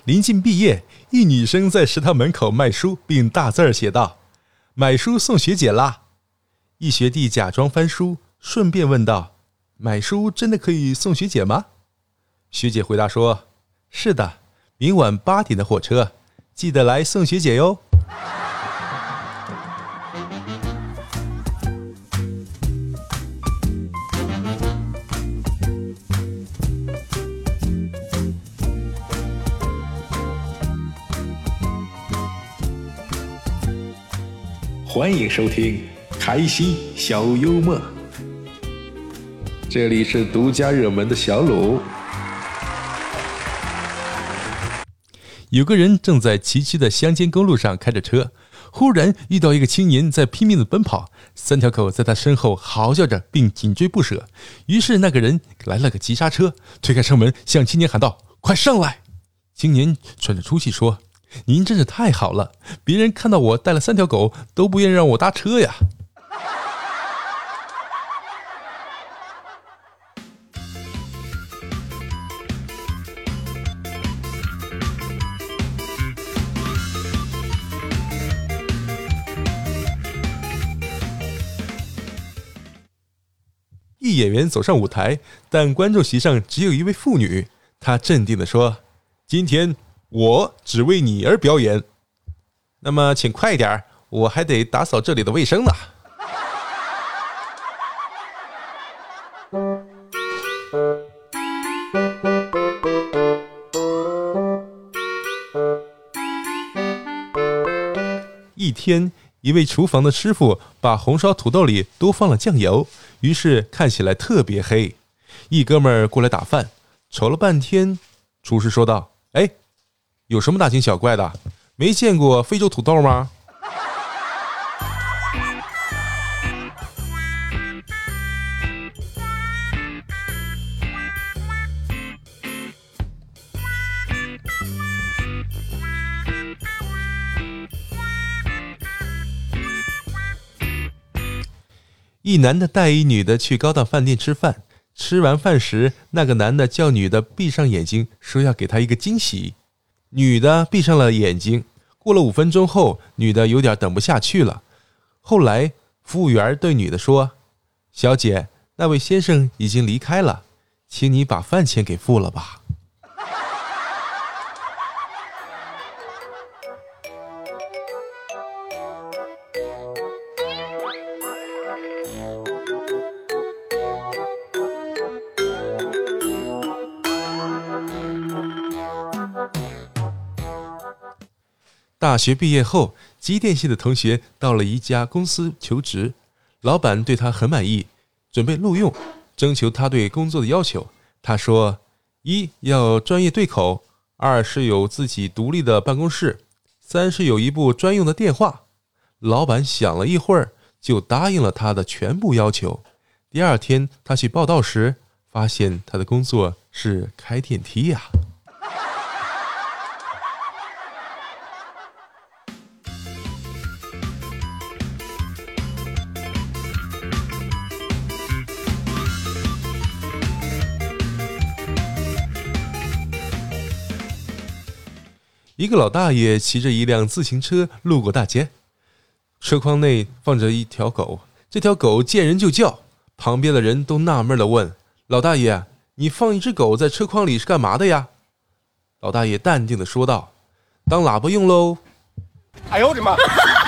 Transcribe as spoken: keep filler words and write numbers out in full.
临近毕业，一女生在食堂门口卖书，并大字写道：“买书送学姐啦！”一学弟假装翻书，顺便问道：“买书真的可以送学姐吗？”学姐回答说：“是的，明晚八点的火车，记得来送学姐哟。”欢迎收听开心小幽默，这里是独家热门的小鲁。有个人正在崎岖的乡间公路上开着车，忽然遇到一个青年在拼命的奔跑，三条狗在他身后嚎叫着并紧追不舍。于是那个人来了个急刹车，推开车门向青年喊道：“快上来！”青年喘着粗气说：“您真是太好了，别人看到我带了三条狗都不愿让我搭车呀。”一演员走上舞台，但观众席上只有一位妇女，她镇定地说：“今天我只为你而表演，那么请快点，我还得打扫这里的卫生呢。”一天，一位厨房的师傅把红烧土豆里多放了酱油，于是看起来特别黑。一哥们儿过来打饭，瞅了半天，厨师说道：“哎，有什么大惊小怪的？没见过非洲土豆吗？”一男的带一女的去高档饭店吃饭，吃完饭时，那个男的叫女的闭上眼睛，说要给她一个惊喜。女的闭上了眼睛，过了五分钟后，女的有点等不下去了。后来服务员对女的说：“小姐，那位先生已经离开了，请你把饭钱给付了吧。”大学毕业后，机电系的同学到了一家公司求职，老板对他很满意，准备录用，征求他对工作的要求。他说：一要专业对口，二是有自己独立的办公室，三是有一部专用的电话。老板想了一会儿，就答应了他的全部要求。第二天他去报到时，发现他的工作是开电梯呀、啊。一个老大爷骑着一辆自行车路过大街，车筐内放着一条狗，这条狗见人就叫，旁边的人都纳闷地问：“老大爷，你放一只狗在车筐里是干嘛的呀？”老大爷淡定地说道：“当喇叭用喽。”哎呦我的妈！